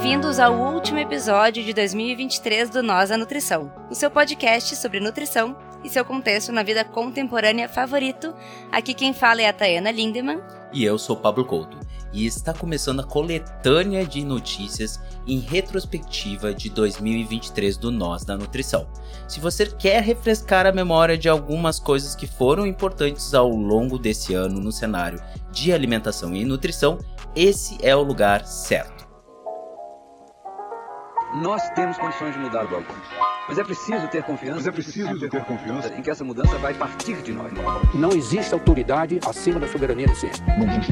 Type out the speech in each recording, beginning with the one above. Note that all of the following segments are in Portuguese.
bem-vindos ao último episódio de 2023 do Nós da Nutrição, o seu podcast sobre nutrição e seu contexto na vida contemporânea favorito. Aqui quem fala é a Tayana Lindemann. E eu sou Pablo Couto. E está começando a coletânea de notícias em retrospectiva de 2023 do Nós da Nutrição. Se você quer refrescar a memória de algumas coisas que foram importantes ao longo desse ano no cenário de alimentação e nutrição, esse é o lugar certo. Nós temos condições de mudar o balcão, mas é preciso ter confiança em que essa mudança vai partir de nós. Não existe autoridade acima da soberania do ciência.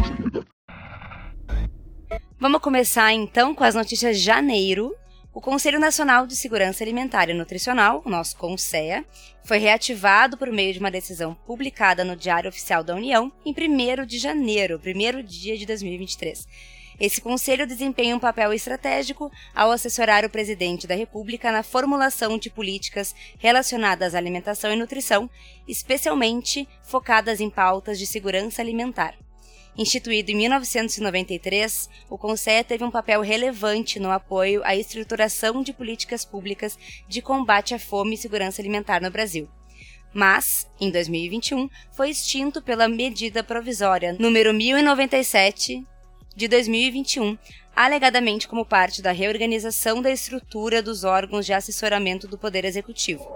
Vamos começar então com as notícias de janeiro. O Conselho Nacional de Segurança Alimentar e Nutricional, o nosso CONSEA, foi reativado por meio de uma decisão publicada no Diário Oficial da União em 1º de janeiro, primeiro dia de 2023. Esse conselho desempenha um papel estratégico ao assessorar o presidente da República na formulação de políticas relacionadas à alimentação e nutrição, especialmente focadas em pautas de segurança alimentar. Instituído em 1993, o CONSEA teve um papel relevante no apoio à estruturação de políticas públicas de combate à fome e segurança alimentar no Brasil. Mas, em 2021, foi extinto pela medida provisória número 1097 de 2021, alegadamente como parte da reorganização da estrutura dos órgãos de assessoramento do Poder Executivo.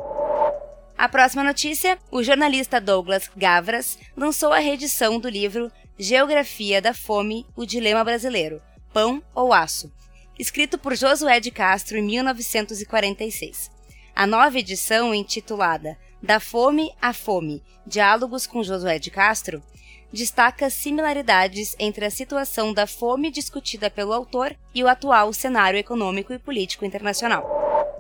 A próxima notícia: o jornalista Douglas Gavras lançou a reedição do livro Geografia da Fome, o Dilema Brasileiro, Pão ou Aço, escrito por Josué de Castro em 1946. A nova edição, intitulada Da Fome à Fome, Diálogos com Josué de Castro, destaca similaridades entre a situação da fome discutida pelo autor e o atual cenário econômico e político internacional.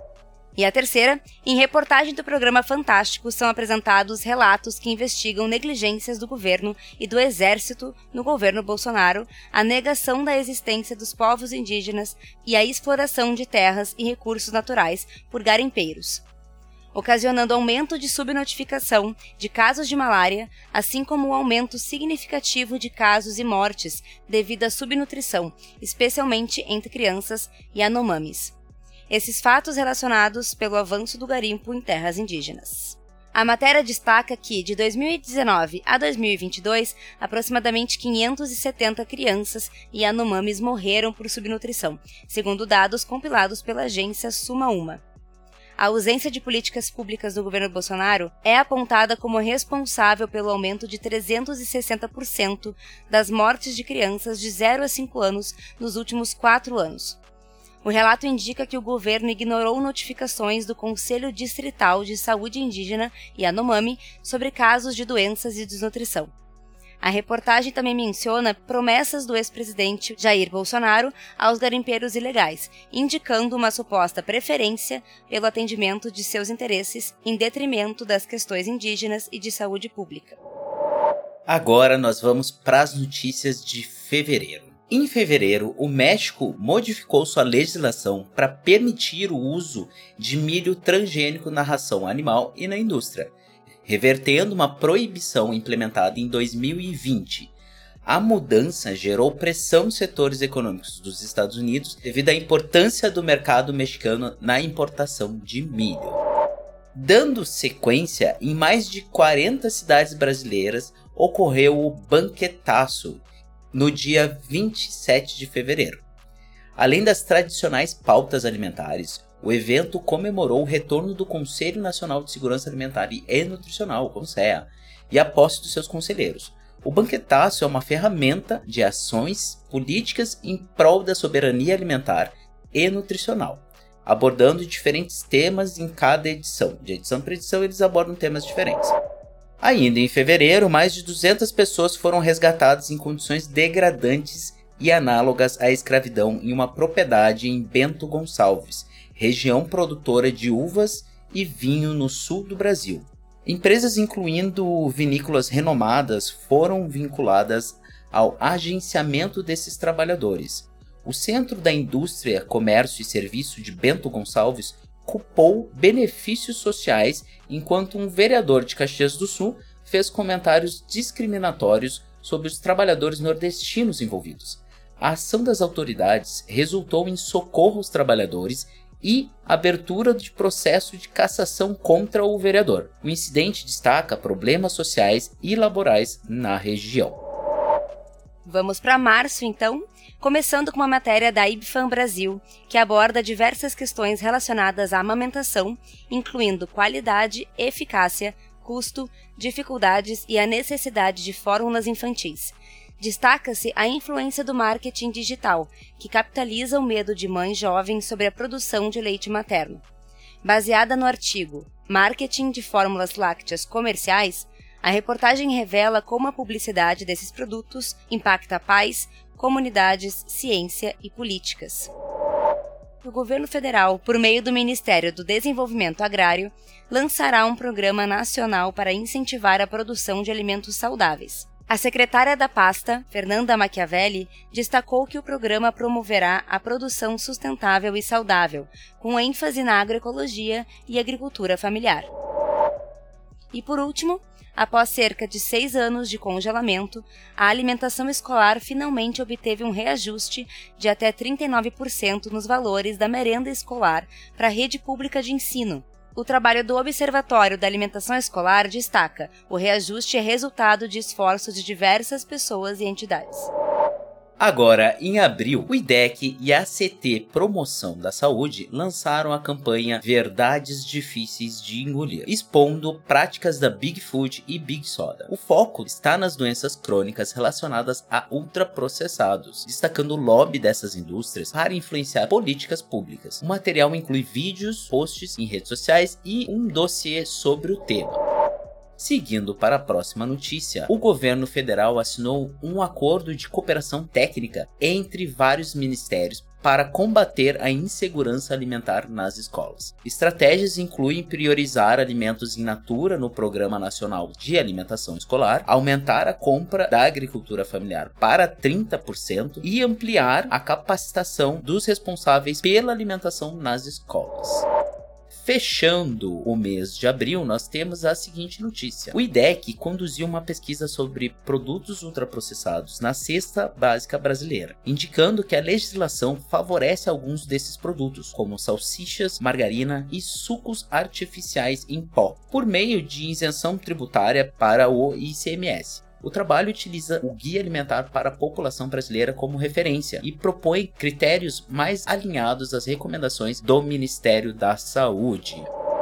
E a terceira, em reportagem do programa Fantástico, são apresentados relatos que investigam negligências do governo e do exército no governo Bolsonaro, a negação da existência dos povos indígenas e a exploração de terras e recursos naturais por garimpeiros, ocasionando aumento de subnotificação de casos de malária, assim como um aumento significativo de casos e mortes devido à subnutrição, especialmente entre crianças e anomamis. Esses fatos relacionados pelo avanço do garimpo em terras indígenas. A matéria destaca que, de 2019 a 2022, aproximadamente 570 crianças e anomamis morreram por subnutrição, segundo dados compilados pela agência Suma-Uma. A ausência de políticas públicas do governo Bolsonaro é apontada como responsável pelo aumento de 360% das mortes de crianças de 0 a 5 anos nos últimos 4 anos. O relato indica que o governo ignorou notificações do Conselho Distrital de Saúde Indígena e Yanomami sobre casos de doenças e desnutrição. A reportagem também menciona promessas do ex-presidente Jair Bolsonaro aos garimpeiros ilegais, indicando uma suposta preferência pelo atendimento de seus interesses em detrimento das questões indígenas e de saúde pública. Agora nós vamos para as notícias de fevereiro. Em fevereiro, o México modificou sua legislação para permitir o uso de milho transgênico na ração animal e na indústria, revertendo uma proibição implementada em 2020. A mudança gerou pressão nos setores econômicos dos Estados Unidos devido à importância do mercado mexicano na importação de milho. Dando sequência, em mais de 40 cidades brasileiras ocorreu o banquetaço, no dia 27 de fevereiro. Além das tradicionais pautas alimentares, o evento comemorou o retorno do Conselho Nacional de Segurança Alimentar e Nutricional, o CONSEA, e a posse dos seus conselheiros. O banquetaço é uma ferramenta de ações políticas em prol da soberania alimentar e nutricional, abordando diferentes temas em cada edição. De edição para edição, eles abordam temas diferentes. Ainda em fevereiro, mais de 200 pessoas foram resgatadas em condições degradantes e análogas à escravidão em uma propriedade em Bento Gonçalves, região produtora de uvas e vinho no sul do Brasil. Empresas incluindo vinícolas renomadas foram vinculadas ao agenciamento desses trabalhadores. O Centro da Indústria, Comércio e Serviço de Bento Gonçalves culpou benefícios sociais, enquanto um vereador de Caxias do Sul fez comentários discriminatórios sobre os trabalhadores nordestinos envolvidos. A ação das autoridades resultou em socorro aos trabalhadores e abertura de processo de cassação contra o vereador. O incidente destaca problemas sociais e laborais na região. Vamos para março, então, começando com uma matéria da IBFAM Brasil, que aborda diversas questões relacionadas à amamentação, incluindo qualidade, eficácia, custo, dificuldades e a necessidade de fórmulas infantis. Destaca-se a influência do marketing digital, que capitaliza o medo de mães jovens sobre a produção de leite materno. Baseada no artigo Marketing de Fórmulas Lácteas Comerciais, a reportagem revela como a publicidade desses produtos impacta pais, comunidades, ciência e políticas. O governo federal, por meio do Ministério do Desenvolvimento Agrário, lançará um programa nacional para incentivar a produção de alimentos saudáveis. A secretária da pasta, Fernanda Machiavelli, destacou que o programa promoverá a produção sustentável e saudável, com ênfase na agroecologia e agricultura familiar. E por último, após cerca de 6 anos de congelamento, a alimentação escolar finalmente obteve um reajuste de até 39% nos valores da merenda escolar para a rede pública de ensino. O trabalho do Observatório da Alimentação Escolar destaca: o reajuste é resultado de esforços de diversas pessoas e entidades. Agora, em abril, o IDEC e a ACT Promoção da Saúde lançaram a campanha Verdades Difíceis de Engolir, expondo práticas da Big Food e Big Soda. O foco está nas doenças crônicas relacionadas a ultraprocessados, destacando o lobby dessas indústrias para influenciar políticas públicas. O material inclui vídeos, posts em redes sociais e um dossiê sobre o tema. Seguindo para a próxima notícia, o governo federal assinou um acordo de cooperação técnica entre vários ministérios para combater a insegurança alimentar nas escolas. Estratégias incluem priorizar alimentos in natura no Programa Nacional de Alimentação Escolar, aumentar a compra da agricultura familiar para 30% e ampliar a capacitação dos responsáveis pela alimentação nas escolas. Fechando o mês de abril, nós temos a seguinte notícia. O IDEC conduziu uma pesquisa sobre produtos ultraprocessados na cesta básica brasileira, indicando que a legislação favorece alguns desses produtos, como salsichas, margarina e sucos artificiais em pó, por meio de isenção tributária para o ICMS. O trabalho utiliza o Guia Alimentar para a População Brasileira como referência e propõe critérios mais alinhados às recomendações do Ministério da Saúde.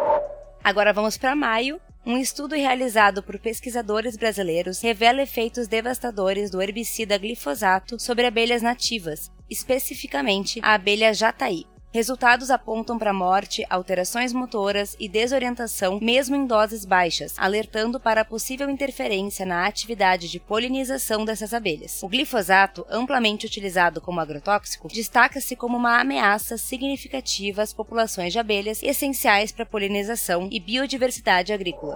Agora vamos para maio. Um estudo realizado por pesquisadores brasileiros revela efeitos devastadores do herbicida glifosato sobre abelhas nativas, especificamente a abelha jataí. Resultados apontam para morte, alterações motoras e desorientação mesmo em doses baixas, alertando para a possível interferência na atividade de polinização dessas abelhas. O glifosato, amplamente utilizado como agrotóxico, destaca-se como uma ameaça significativa às populações de abelhas essenciais para a polinização e biodiversidade agrícola.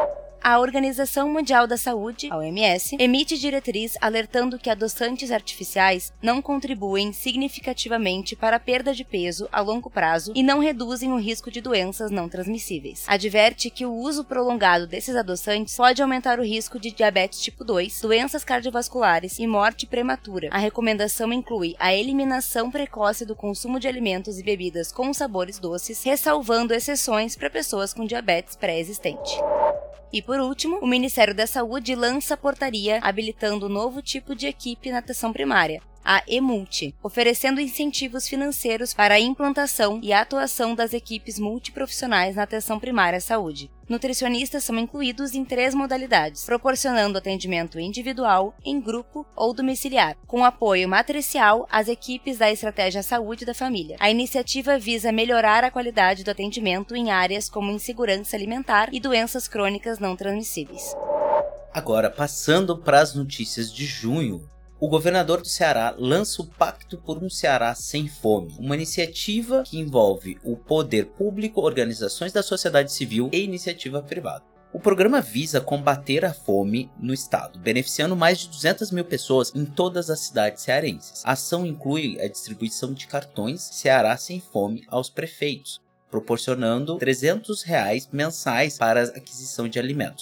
A Organização Mundial da Saúde, a OMS, emite diretriz alertando que adoçantes artificiais não contribuem significativamente para a perda de peso a longo prazo e não reduzem o risco de doenças não transmissíveis. Adverte que o uso prolongado desses adoçantes pode aumentar o risco de diabetes tipo 2, doenças cardiovasculares e morte prematura. A recomendação inclui a eliminação precoce do consumo de alimentos e bebidas com sabores doces, ressalvando exceções para pessoas com diabetes pré-existente. E por último, o Ministério da Saúde lança portaria habilitando um novo tipo de equipe na atenção primária, a EMULTI, oferecendo incentivos financeiros para a implantação e a atuação das equipes multiprofissionais na atenção primária à saúde. Nutricionistas são incluídos em 3 modalidades, proporcionando atendimento individual, em grupo ou domiciliar, com apoio matricial às equipes da Estratégia Saúde da Família. A iniciativa visa melhorar a qualidade do atendimento em áreas como insegurança alimentar e doenças crônicas não transmissíveis. Agora, passando para as notícias de junho, o governador do Ceará lança o Pacto por um Ceará Sem Fome, uma iniciativa que envolve o poder público, organizações da sociedade civil e iniciativa privada. O programa visa combater a fome no estado, beneficiando mais de 200 mil pessoas em todas as cidades cearenses. A ação inclui a distribuição de cartões Ceará Sem Fome aos prefeitos, proporcionando R$ 300 mensais para a aquisição de alimentos.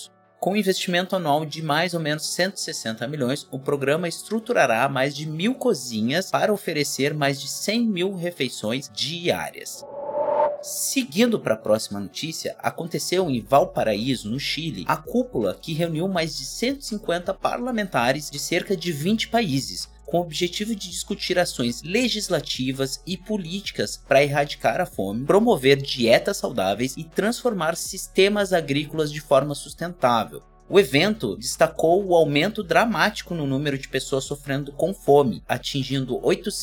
Com investimento anual de mais ou menos 160 milhões, o programa estruturará mais de 1.000 cozinhas para oferecer mais de 100 mil refeições diárias. Seguindo para a próxima notícia, aconteceu em Valparaíso, no Chile, a cúpula que reuniu mais de 150 parlamentares de cerca de 20 países, com o objetivo de discutir ações legislativas e políticas para erradicar a fome, promover dietas saudáveis e transformar sistemas agrícolas de forma sustentável. O evento destacou o aumento dramático no número de pessoas sofrendo com fome, atingindo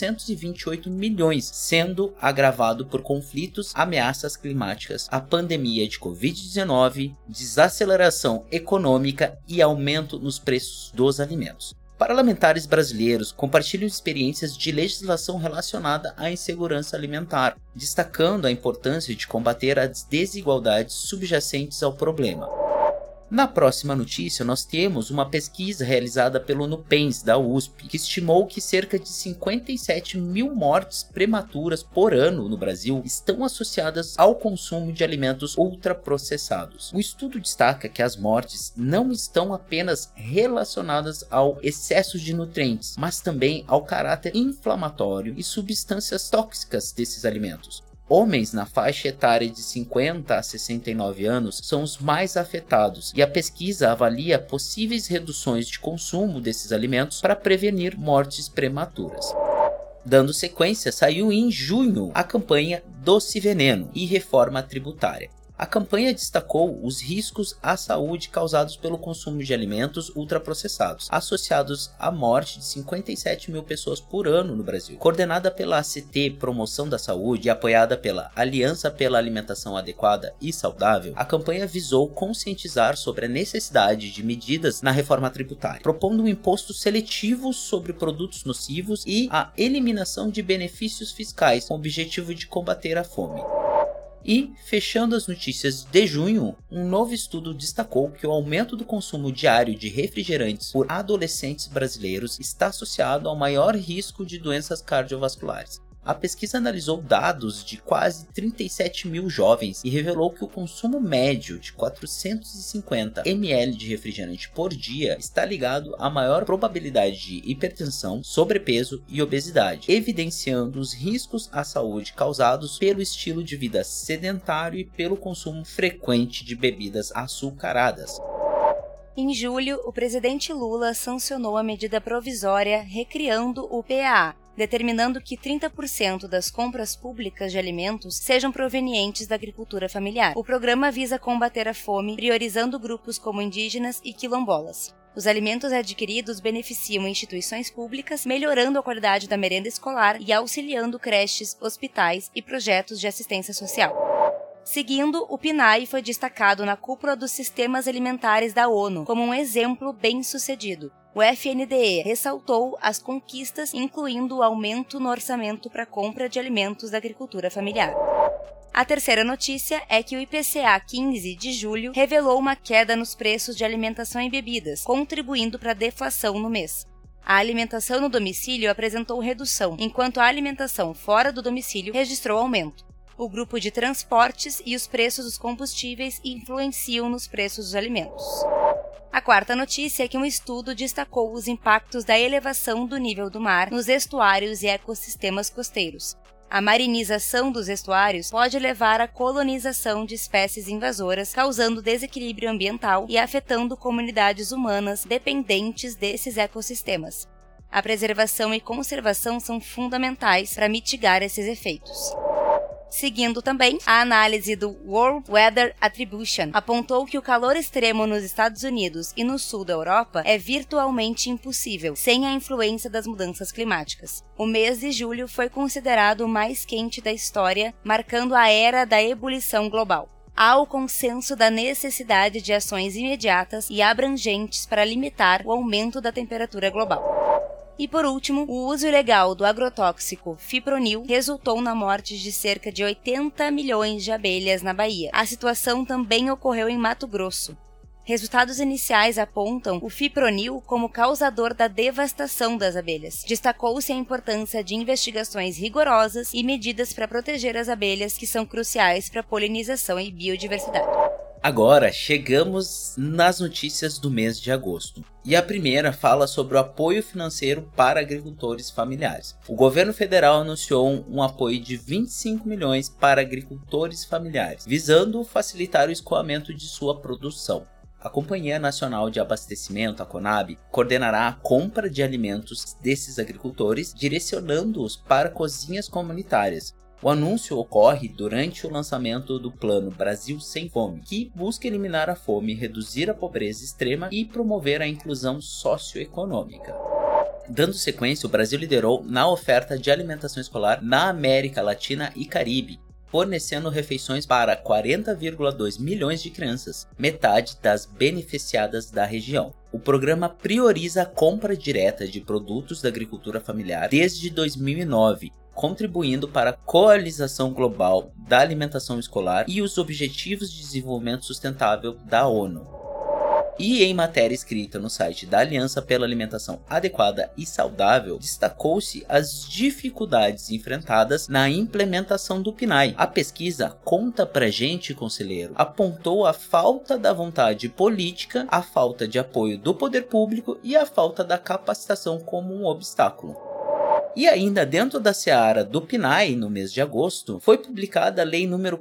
828 milhões, sendo agravado por conflitos, ameaças climáticas, a pandemia de Covid-19, desaceleração econômica e aumento nos preços dos alimentos. Parlamentares brasileiros compartilham experiências de legislação relacionada à insegurança alimentar, destacando a importância de combater as desigualdades subjacentes ao problema. Na próxima notícia, nós temos uma pesquisa realizada pelo Nupens, da USP, que estimou que cerca de 57 mil mortes prematuras por ano no Brasil estão associadas ao consumo de alimentos ultraprocessados. O estudo destaca que as mortes não estão apenas relacionadas ao excesso de nutrientes, mas também ao caráter inflamatório e substâncias tóxicas desses alimentos. Homens na faixa etária de 50 a 69 anos são os mais afetados e a pesquisa avalia possíveis reduções de consumo desses alimentos para prevenir mortes prematuras. Dando sequência, saiu em junho a campanha Doce Veneno e Reforma Tributária. A campanha destacou os riscos à saúde causados pelo consumo de alimentos ultraprocessados, associados à morte de 57 mil pessoas por ano no Brasil. Coordenada pela ACT Promoção da Saúde e apoiada pela Aliança pela Alimentação Adequada e Saudável, a campanha visou conscientizar sobre a necessidade de medidas na reforma tributária, propondo um imposto seletivo sobre produtos nocivos e a eliminação de benefícios fiscais com o objetivo de combater a fome. E, fechando as notícias de junho, um novo estudo destacou que o aumento do consumo diário de refrigerantes por adolescentes brasileiros está associado ao maior risco de doenças cardiovasculares. A pesquisa analisou dados de quase 37 mil jovens e revelou que o consumo médio de 450 ml de refrigerante por dia está ligado à maior probabilidade de hipertensão, sobrepeso e obesidade, evidenciando os riscos à saúde causados pelo estilo de vida sedentário e pelo consumo frequente de bebidas açucaradas. Em julho, o presidente Lula sancionou a medida provisória recriando o PAA, determinando que 30% das compras públicas de alimentos sejam provenientes da agricultura familiar. O programa visa combater a fome, priorizando grupos como indígenas e quilombolas. Os alimentos adquiridos beneficiam instituições públicas, melhorando a qualidade da merenda escolar e auxiliando creches, hospitais e projetos de assistência social. Seguindo, o PNAE foi destacado na cúpula dos sistemas alimentares da ONU como um exemplo bem-sucedido. O FNDE ressaltou as conquistas, incluindo o aumento no orçamento para compra de alimentos da agricultura familiar. A terceira notícia é que o IPCA 15 de julho revelou uma queda nos preços de alimentação e bebidas, contribuindo para a deflação no mês. A alimentação no domicílio apresentou redução, enquanto a alimentação fora do domicílio registrou aumento. O grupo de transportes e os preços dos combustíveis influenciam nos preços dos alimentos. A quarta notícia é que um estudo destacou os impactos da elevação do nível do mar nos estuários e ecossistemas costeiros. A marinização dos estuários pode levar à colonização de espécies invasoras, causando desequilíbrio ambiental e afetando comunidades humanas dependentes desses ecossistemas. A preservação e conservação são fundamentais para mitigar esses efeitos. Seguindo também, a análise do World Weather Attribution apontou que o calor extremo nos Estados Unidos e no sul da Europa é virtualmente impossível, sem a influência das mudanças climáticas. O mês de julho foi considerado o mais quente da história, marcando a era da ebulição global. Há o consenso da necessidade de ações imediatas e abrangentes para limitar o aumento da temperatura global. E por último, o uso ilegal do agrotóxico fipronil resultou na morte de cerca de 80 milhões de abelhas na Bahia. A situação também ocorreu em Mato Grosso. Resultados iniciais apontam o fipronil como causador da devastação das abelhas. Destacou-se a importância de investigações rigorosas e medidas para proteger as abelhas, que são cruciais para a polinização e biodiversidade. Agora chegamos nas notícias do mês de agosto. E a primeira fala sobre o apoio financeiro para agricultores familiares. O governo federal anunciou um apoio de 25 milhões para agricultores familiares, visando facilitar o escoamento de sua produção. A Companhia Nacional de Abastecimento, a CONAB, coordenará a compra de alimentos desses agricultores, direcionando-os para cozinhas comunitárias. O anúncio ocorre durante o lançamento do Plano Brasil Sem Fome, que busca eliminar a fome, reduzir a pobreza extrema e promover a inclusão socioeconômica. Dando sequência, o Brasil liderou na oferta de alimentação escolar na América Latina e Caribe, fornecendo refeições para 40,2 milhões de crianças, metade das beneficiadas da região. O programa prioriza a compra direta de produtos da agricultura familiar desde 2009, contribuindo para a Coalização Global da Alimentação Escolar e os Objetivos de Desenvolvimento Sustentável da ONU. E em matéria escrita no site da Aliança pela Alimentação Adequada e Saudável, destacou-se as dificuldades enfrentadas na implementação do PNAE. A pesquisa Conta Pra Gente, Conselheiro apontou a falta da vontade política, a falta de apoio do poder público e a falta da capacitação como um obstáculo. E ainda dentro da seara do PNAE, no mês de agosto, foi publicada a Lei nº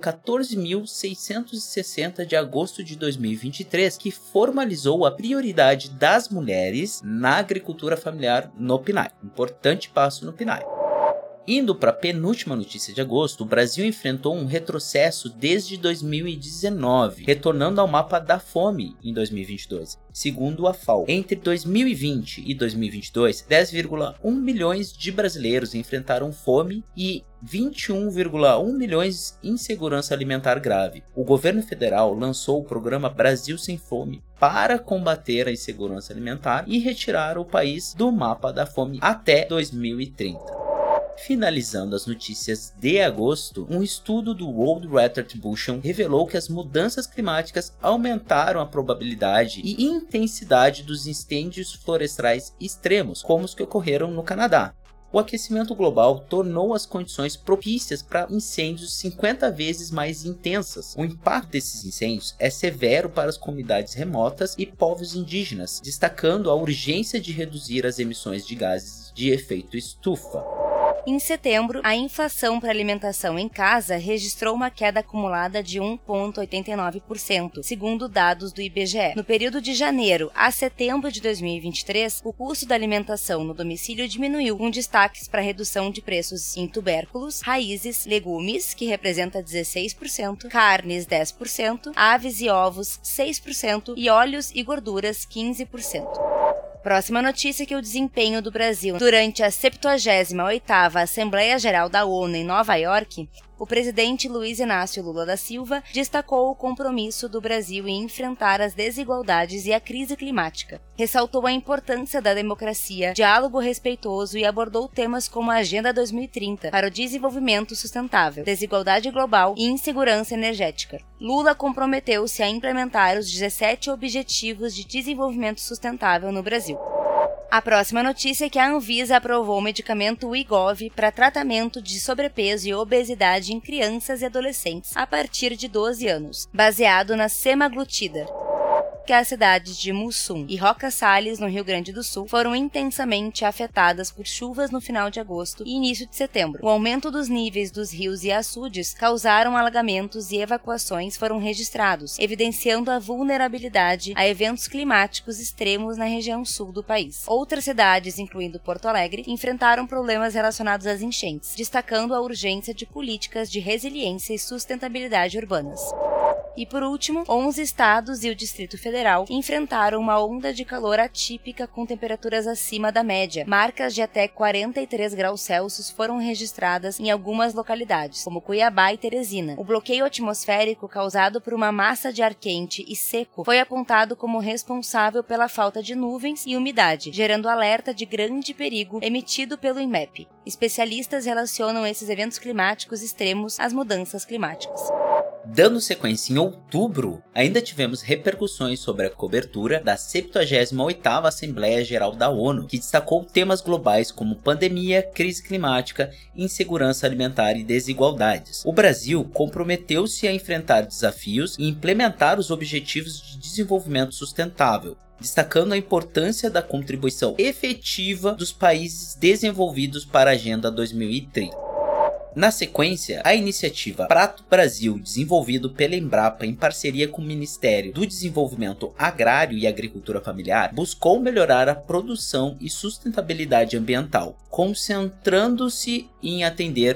14.660 de agosto de 2023, que formalizou a prioridade das mulheres na agricultura familiar no PNAE. Importante passo no PNAE. Indo para a penúltima notícia de agosto, o Brasil enfrentou um retrocesso desde 2019, retornando ao mapa da fome em 2022. Segundo a FAO, entre 2020 e 2022, 10,1 milhões de brasileiros enfrentaram fome e 21,1 milhões em insegurança alimentar grave. O governo federal lançou o programa Brasil Sem Fome para combater a insegurança alimentar e retirar o país do mapa da fome até 2030. Finalizando as notícias de agosto, um estudo do World Attribution revelou que as mudanças climáticas aumentaram a probabilidade e intensidade dos incêndios florestais extremos, como os que ocorreram no Canadá. O aquecimento global tornou as condições propícias para incêndios 50 vezes mais intensas. O impacto desses incêndios é severo para as comunidades remotas e povos indígenas, destacando a urgência de reduzir as emissões de gases de efeito estufa. Em setembro, a inflação para alimentação em casa registrou uma queda acumulada de 1,89%, segundo dados do IBGE. No período de janeiro a setembro de 2023, o custo da alimentação no domicílio diminuiu, com destaques para a redução de preços em tubérculos, raízes, legumes, que representa 16%, carnes 10%, aves e ovos 6% e óleos e gorduras 15%. Próxima notícia é que o desempenho do Brasil durante a 78ª Assembleia Geral da ONU em Nova York, o presidente Luiz Inácio Lula da Silva destacou o compromisso do Brasil em enfrentar as desigualdades e a crise climática. Ressaltou a importância da democracia, diálogo respeitoso e abordou temas como a Agenda 2030 para o desenvolvimento sustentável, desigualdade global e insegurança energética. Lula comprometeu-se a implementar os 17 Objetivos de Desenvolvimento Sustentável no Brasil. A próxima notícia é que a Anvisa aprovou o medicamento Wegovy para tratamento de sobrepeso e obesidade em crianças e adolescentes a partir de 12 anos, baseado na semaglutida. Que as cidades de Mussum e Roca Salles, no Rio Grande do Sul, foram intensamente afetadas por chuvas no final de agosto e início de setembro. O aumento dos níveis dos rios e açudes causaram alagamentos e evacuações foram registrados, evidenciando a vulnerabilidade a eventos climáticos extremos na região sul do país. Outras cidades, incluindo Porto Alegre, enfrentaram problemas relacionados às enchentes, destacando a urgência de políticas de resiliência e sustentabilidade urbanas. E por último, 11 estados e o Distrito Federal enfrentaram uma onda de calor atípica com temperaturas acima da média. Marcas de até 43 graus Celsius foram registradas em algumas localidades, como Cuiabá e Teresina. O bloqueio atmosférico causado por uma massa de ar quente e seco foi apontado como responsável pela falta de nuvens e umidade, gerando alerta de grande perigo emitido pelo INMEP. Especialistas relacionam esses eventos climáticos extremos às mudanças climáticas. Dando sequência em outubro, ainda tivemos repercussões sobre a cobertura da 78ª Assembleia Geral da ONU, que destacou temas globais como pandemia, crise climática, insegurança alimentar e desigualdades. O Brasil comprometeu-se a enfrentar desafios e implementar os Objetivos de Desenvolvimento Sustentável, destacando a importância da contribuição efetiva dos países desenvolvidos para a Agenda 2030. Na sequência, a iniciativa Prato Brasil, desenvolvido pela Embrapa em parceria com o Ministério do Desenvolvimento Agrário e Agricultura Familiar, buscou melhorar a produção e sustentabilidade ambiental, concentrando-se em atender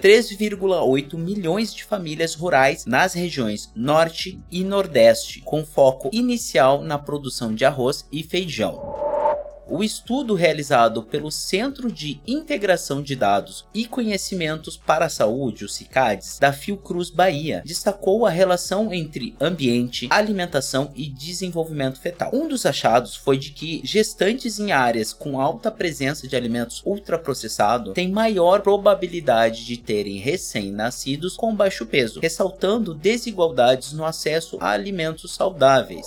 3,8 milhões de famílias rurais nas regiões Norte e Nordeste, com foco inicial na produção de arroz e feijão. O estudo realizado pelo Centro de Integração de Dados e Conhecimentos para a Saúde, o CICADES, da Fiocruz Bahia, destacou a relação entre ambiente, alimentação e desenvolvimento fetal. Um dos achados foi de que gestantes em áreas com alta presença de alimentos ultraprocessados têm maior probabilidade de terem recém-nascidos com baixo peso, ressaltando desigualdades no acesso a alimentos saudáveis.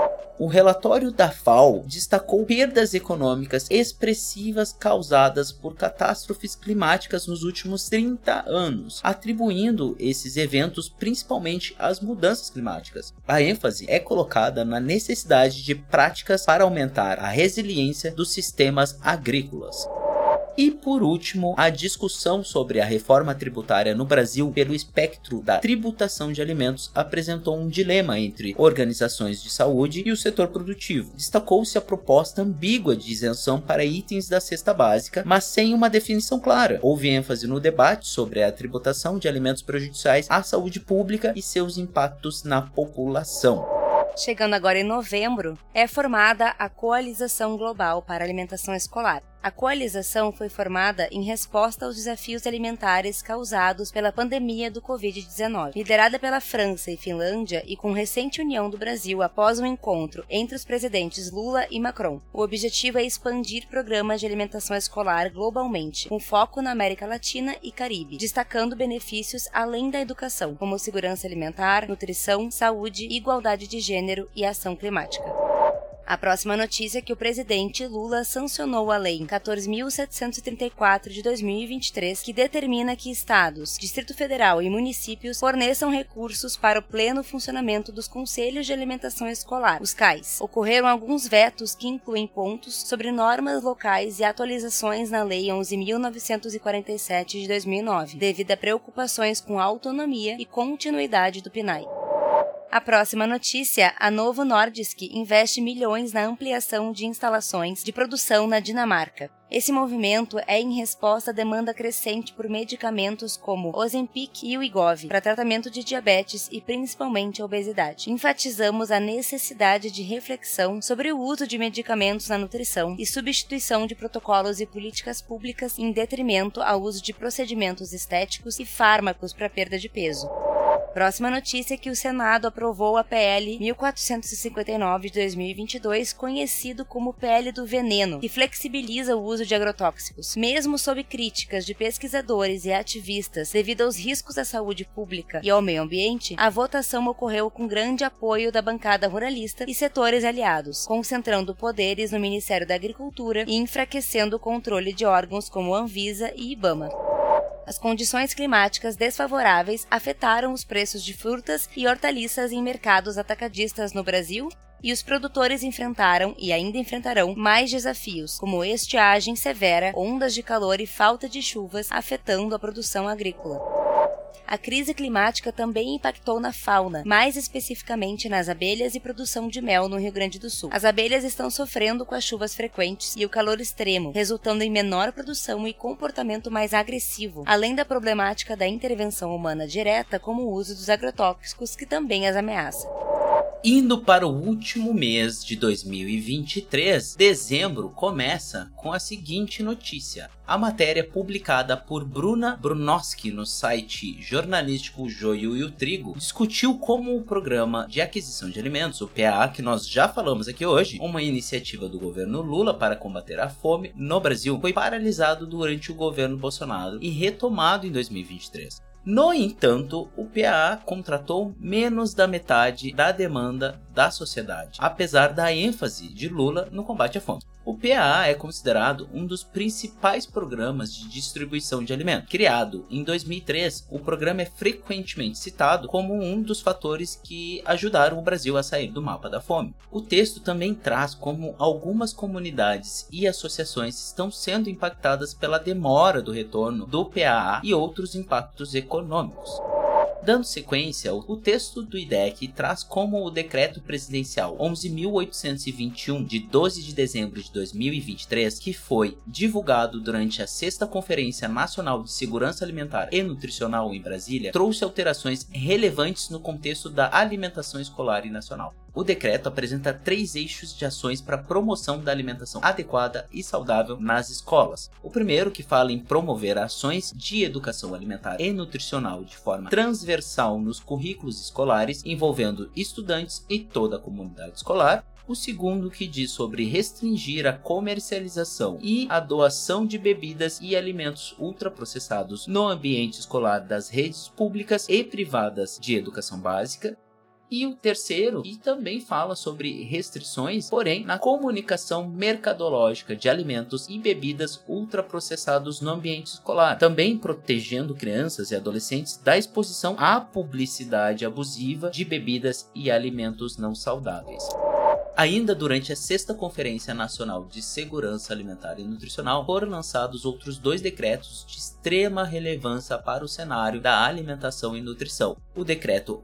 O relatório da FAO destacou perdas econômicas expressivas causadas por catástrofes climáticas nos últimos 30 anos, atribuindo esses eventos principalmente às mudanças climáticas. A ênfase é colocada na necessidade de práticas para aumentar a resiliência dos sistemas agrícolas. E por último, a discussão sobre a reforma tributária no Brasil pelo espectro da tributação de alimentos apresentou um dilema entre organizações de saúde e o setor produtivo. Destacou-se a proposta ambígua de isenção para itens da cesta básica, mas sem uma definição clara. Houve ênfase no debate sobre a tributação de alimentos prejudiciais à saúde pública e seus impactos na população. Chegando agora em novembro, é formada a Coalização Global para a Alimentação Escolar. A coalização foi formada em resposta aos desafios alimentares causados pela pandemia do Covid-19. Liderada pela França e Finlândia e com recente união do Brasil após um encontro entre os presidentes Lula e Macron, o objetivo é expandir programas de alimentação escolar globalmente, com foco na América Latina e Caribe, destacando benefícios além da educação, como segurança alimentar, nutrição, saúde, igualdade de gênero e ação climática. A próxima notícia é que o presidente Lula sancionou a Lei 14.734 de 2023, que determina que estados, Distrito Federal e municípios forneçam recursos para o pleno funcionamento dos Conselhos de Alimentação Escolar, os CAIS. Ocorreram alguns vetos que incluem pontos sobre normas locais e atualizações na Lei 11.947 de 2009, devido a preocupações com a autonomia e continuidade do PNAE. A próxima notícia, a Novo Nordisk investe milhões na ampliação de instalações de produção na Dinamarca. Esse movimento é em resposta à demanda crescente por medicamentos como Ozempic e Wegovy para tratamento de diabetes e principalmente a obesidade. Enfatizamos a necessidade de reflexão sobre o uso de medicamentos na nutrição e substituição de protocolos e políticas públicas em detrimento ao uso de procedimentos estéticos e fármacos para perda de peso. Próxima notícia é que o Senado aprovou a PL 1459 de 2022, conhecido como PL do Veneno, que flexibiliza o uso de agrotóxicos. Mesmo sob críticas de pesquisadores e ativistas devido aos riscos à saúde pública e ao meio ambiente, a votação ocorreu com grande apoio da bancada ruralista e setores aliados, concentrando poderes no Ministério da Agricultura e enfraquecendo o controle de órgãos como Anvisa e Ibama. As condições climáticas desfavoráveis afetaram os preços de frutas e hortaliças em mercados atacadistas no Brasil, e os produtores enfrentaram e ainda enfrentarão mais desafios, como estiagem severa, ondas de calor e falta de chuvas afetando a produção agrícola. A crise climática também impactou na fauna, mais especificamente nas abelhas e produção de mel no Rio Grande do Sul. As abelhas estão sofrendo com as chuvas frequentes e o calor extremo, resultando em menor produção e comportamento mais agressivo, além da problemática da intervenção humana direta, como o uso dos agrotóxicos, que também as ameaça. Indo para o último mês de 2023, dezembro começa com a seguinte notícia. A matéria publicada por Bruna Brunoski no site jornalístico Joio e o Trigo discutiu como o Programa de Aquisição de Alimentos, o PAA, que nós já falamos aqui hoje, uma iniciativa do governo Lula para combater a fome no Brasil, foi paralisado durante o governo Bolsonaro e retomado em 2023. No entanto, o PAA contratou menos da metade da demanda da sociedade, apesar da ênfase de Lula no combate à fome. O PAA é considerado um dos principais programas de distribuição de alimentos. Criado em 2003, o programa é frequentemente citado como um dos fatores que ajudaram o Brasil a sair do mapa da fome. O texto também traz como algumas comunidades e associações estão sendo impactadas pela demora do retorno do PAA e outros impactos econômicos. Dando sequência, o texto do IDEC traz como o Decreto Presidencial 11.821, de 12 de dezembro de 2023, que foi divulgado durante a 6ª Conferência Nacional de Segurança Alimentar e Nutricional em Brasília, trouxe alterações relevantes no contexto da alimentação escolar e nacional. O decreto apresenta 3 eixos de ações para a promoção da alimentação adequada e saudável nas escolas. O primeiro, que fala em promover ações de educação alimentar e nutricional de forma transversal nos currículos escolares, envolvendo estudantes e toda a comunidade escolar. O segundo, que diz sobre restringir a comercialização e a doação de bebidas e alimentos ultraprocessados no ambiente escolar das redes públicas e privadas de educação básica. E o terceiro, que também fala sobre restrições, porém, na comunicação mercadológica de alimentos e bebidas ultraprocessados no ambiente escolar, também protegendo crianças e adolescentes da exposição à publicidade abusiva de bebidas e alimentos não saudáveis. Ainda durante a 6ª Conferência Nacional de Segurança Alimentar e Nutricional, foram lançados outros 2 decretos de extrema relevância para o cenário da alimentação e nutrição. O Decreto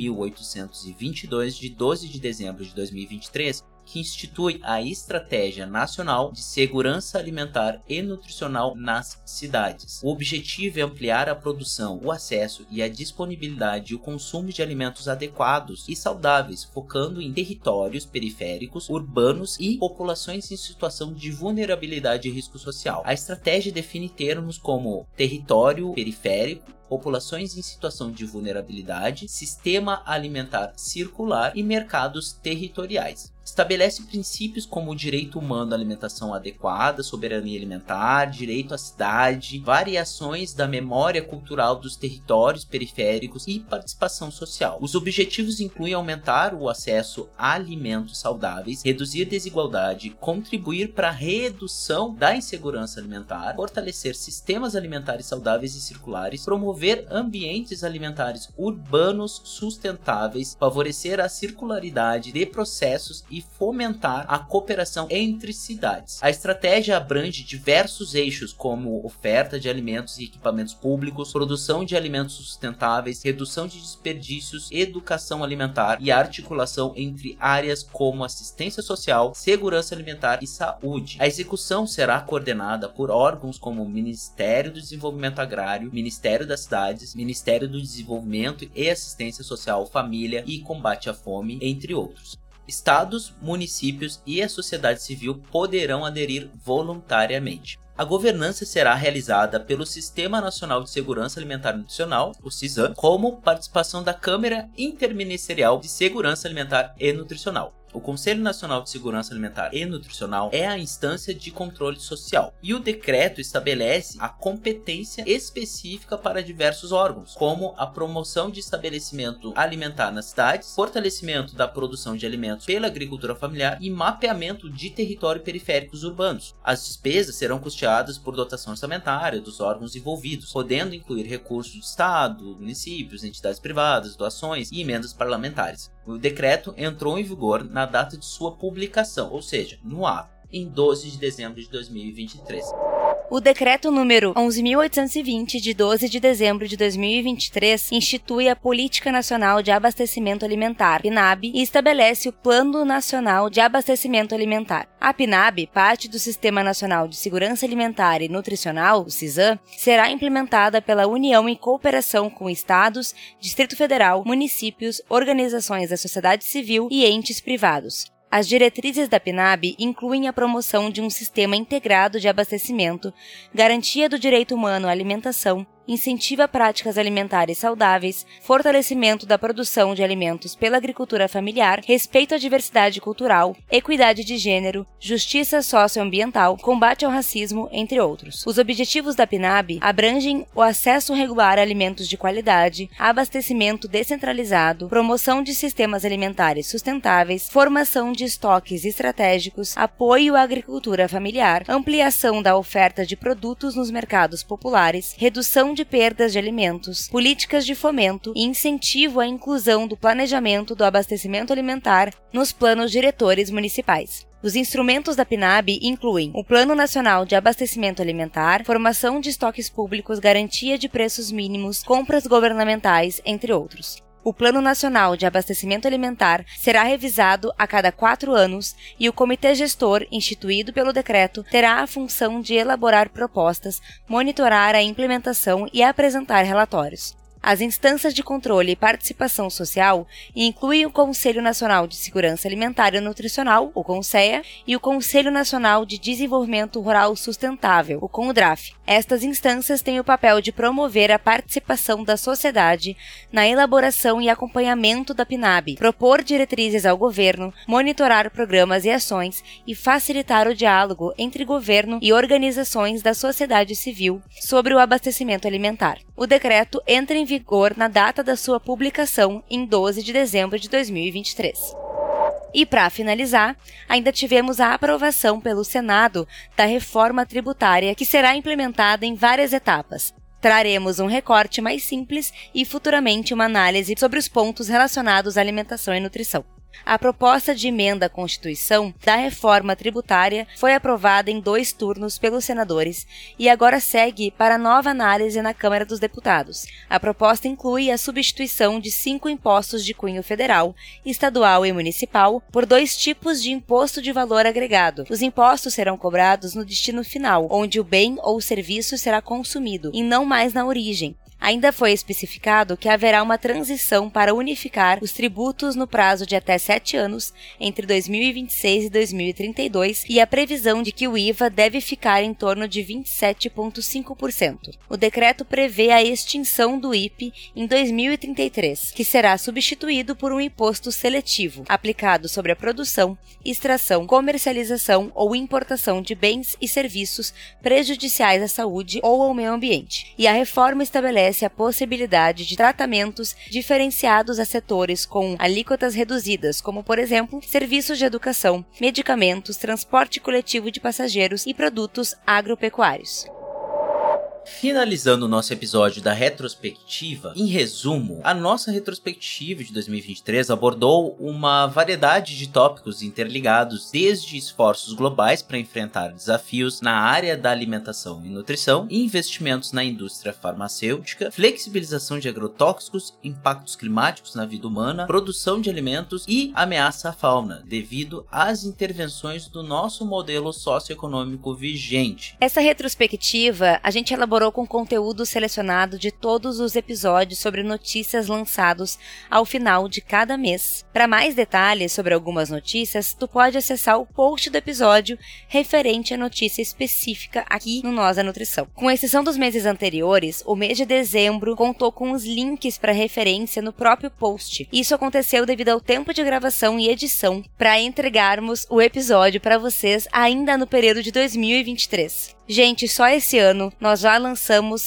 11.822, de 12 de dezembro de 2023, que institui a Estratégia Nacional de Segurança Alimentar e Nutricional nas cidades. O objetivo é ampliar a produção, o acesso e a disponibilidade e o consumo de alimentos adequados e saudáveis, focando em territórios periféricos, urbanos e populações em situação de vulnerabilidade e risco social. A estratégia define termos como território periférico, populações em situação de vulnerabilidade, sistema alimentar circular e mercados territoriais. Estabelece princípios como o direito humano à alimentação adequada, soberania alimentar, direito à cidade, variações da memória cultural dos territórios periféricos e participação social. Os objetivos incluem aumentar o acesso a alimentos saudáveis, reduzir desigualdade, contribuir para a redução da insegurança alimentar, fortalecer sistemas alimentares saudáveis e circulares, promover ambientes alimentares urbanos sustentáveis, favorecer a circularidade de processos e fomentar a cooperação entre cidades. A estratégia abrange diversos eixos como oferta de alimentos e equipamentos públicos, produção de alimentos sustentáveis, redução de desperdícios, educação alimentar e articulação entre áreas como assistência social, segurança alimentar e saúde. A execução será coordenada por órgãos como o Ministério do Desenvolvimento Agrário, Ministério das Cidades, Ministério do Desenvolvimento e Assistência Social, Família e Combate à Fome, entre outros. Estados, municípios e a sociedade civil poderão aderir voluntariamente. A governança será realizada pelo Sistema Nacional de Segurança Alimentar e Nutricional, o SISAN, como participação da Câmara Interministerial de Segurança Alimentar e Nutricional. O Conselho Nacional de Segurança Alimentar e Nutricional é a instância de controle social, e o decreto estabelece a competência específica para diversos órgãos, como a promoção de estabelecimento alimentar nas cidades, fortalecimento da produção de alimentos pela agricultura familiar e mapeamento de territórios periféricos urbanos. As despesas serão custeadas por dotação orçamentária dos órgãos envolvidos, podendo incluir recursos do Estado, municípios, entidades privadas, doações e emendas parlamentares. O decreto entrou em vigor na data de sua publicação, ou seja, no ato, em 12 de dezembro de 2023. O decreto número 11.820, de 12 de dezembro de 2023, institui a Política Nacional de Abastecimento Alimentar, PNAB, e estabelece o Plano Nacional de Abastecimento Alimentar. A PNAB, parte do Sistema Nacional de Segurança Alimentar e Nutricional, o SISAN, será implementada pela União em cooperação com estados, Distrito Federal, municípios, organizações da sociedade civil e entes privados. As diretrizes da PNAB incluem a promoção de um sistema integrado de abastecimento, garantia do direito humano à alimentação, incentiva práticas alimentares saudáveis, fortalecimento da produção de alimentos pela agricultura familiar, respeito à diversidade cultural, equidade de gênero, justiça socioambiental, combate ao racismo, entre outros. Os objetivos da PNAB abrangem o acesso regular a alimentos de qualidade, abastecimento descentralizado, promoção de sistemas alimentares sustentáveis, formação de estoques estratégicos, apoio à agricultura familiar, ampliação da oferta de produtos nos mercados populares, redução de perdas de alimentos, políticas de fomento e incentivo à inclusão do planejamento do abastecimento alimentar nos planos diretores municipais. Os instrumentos da PNAB incluem o Plano Nacional de Abastecimento Alimentar, formação de estoques públicos, garantia de preços mínimos, compras governamentais, entre outros. O Plano Nacional de Abastecimento Alimentar será revisado a cada 4 anos e o Comitê Gestor, instituído pelo decreto, terá a função de elaborar propostas, monitorar a implementação e apresentar relatórios. As instâncias de controle e participação social incluem o Conselho Nacional de Segurança Alimentar e Nutricional, o CONSEA, e o Conselho Nacional de Desenvolvimento Rural Sustentável, o CONDRAF. Estas instâncias têm o papel de promover a participação da sociedade na elaboração e acompanhamento da PNAB, propor diretrizes ao governo, monitorar programas e ações e facilitar o diálogo entre governo e organizações da sociedade civil sobre o abastecimento alimentar. O decreto entra em vigor na data da sua publicação, em 12 de dezembro de 2023. E para finalizar, ainda tivemos a aprovação pelo Senado da reforma tributária, que será implementada em várias etapas. Traremos um recorte mais simples e futuramente uma análise sobre os pontos relacionados à alimentação e nutrição. A proposta de emenda à Constituição da reforma tributária foi aprovada em 2 turnos pelos senadores e agora segue para nova análise na Câmara dos Deputados. A proposta inclui a substituição de 5 impostos de cunho federal, estadual e municipal por 2 tipos de imposto de valor agregado. Os impostos serão cobrados no destino final, onde o bem ou serviço será consumido, e não mais na origem. Ainda foi especificado que haverá uma transição para unificar os tributos no prazo de até 7 anos, entre 2026 e 2032, e a previsão de que o IVA deve ficar em torno de 27,5%. O decreto prevê a extinção do IPI em 2033, que será substituído por um imposto seletivo, aplicado sobre a produção, extração, comercialização ou importação de bens e serviços prejudiciais à saúde ou ao meio ambiente. E a reforma estabelece a possibilidade de tratamentos diferenciados a setores com alíquotas reduzidas, como, por exemplo, serviços de educação, medicamentos, transporte coletivo de passageiros e produtos agropecuários. Finalizando o nosso episódio da retrospectiva, em resumo, a nossa retrospectiva de 2023 abordou uma variedade de tópicos interligados, desde esforços globais para enfrentar desafios na área da alimentação e nutrição, investimentos na indústria farmacêutica, flexibilização de agrotóxicos, impactos climáticos na vida humana, produção de alimentos e ameaça à fauna, devido às intervenções do nosso modelo socioeconômico vigente. Essa retrospectiva, a gente elaborou com conteúdo selecionado de todos os episódios sobre notícias lançados ao final de cada mês. Para mais detalhes sobre algumas notícias, tu pode acessar o post do episódio referente à notícia específica aqui no Nós da Nutrição. Com exceção dos meses anteriores, o mês de dezembro contou com os links para referência no próprio post. Isso aconteceu devido ao tempo de gravação e edição para entregarmos o episódio para vocês ainda no período de 2023. Gente, só esse ano nós já lançamos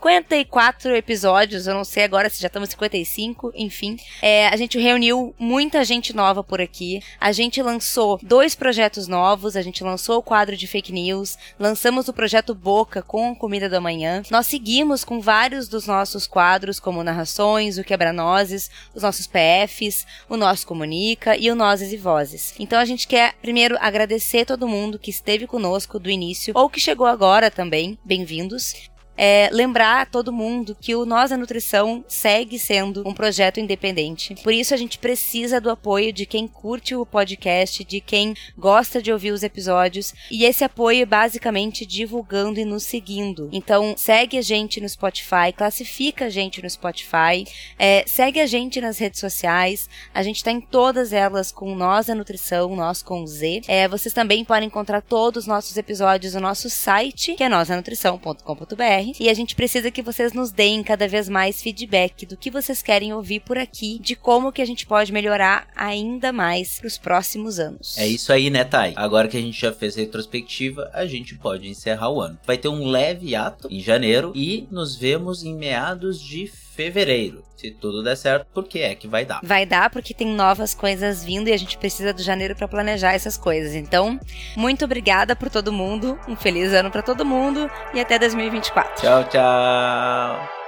54 episódios, eu não sei agora se já estamos 55, enfim. A gente reuniu muita gente nova por aqui, a gente lançou 2 projetos novos, a gente lançou o quadro de fake news, lançamos o projeto Boca com Comida do Amanhã, nós seguimos com vários dos nossos quadros, como Narrações, o Quebra-Nozes, os nossos PFs, o Nosso Comunica e o Nozes e Vozes. Então a gente quer primeiro agradecer todo mundo que esteve conosco do início, ou que chegou agora também, bem-vindos. Lembrar a todo mundo que o Nós da Nutrição segue sendo um projeto independente. Por isso a gente precisa do apoio de quem curte o podcast, de quem gosta de ouvir os episódios, e esse apoio é basicamente divulgando e nos seguindo. Então segue a gente no Spotify, classifica a gente no Spotify, segue a gente nas redes sociais, a gente está em todas elas com Nós da Nutrição, Nós com Z. Vocês também podem encontrar todos os nossos episódios no nosso site, que é nozdanutrição.com.br. e a gente precisa que vocês nos deem cada vez mais feedback do que vocês querem ouvir por aqui, de como que a gente pode melhorar ainda mais pros próximos anos. É isso aí, né, Thay? Agora que a gente já fez a retrospectiva, a gente pode encerrar o ano. Vai ter um leve ato em janeiro e nos vemos em meados de fevereiro. Se tudo der certo, porque é que vai dar. Vai dar porque tem novas coisas vindo e a gente precisa do janeiro para planejar essas coisas. Então, muito obrigada por todo mundo. Um feliz ano para todo mundo e até 2024. Tchau, tchau.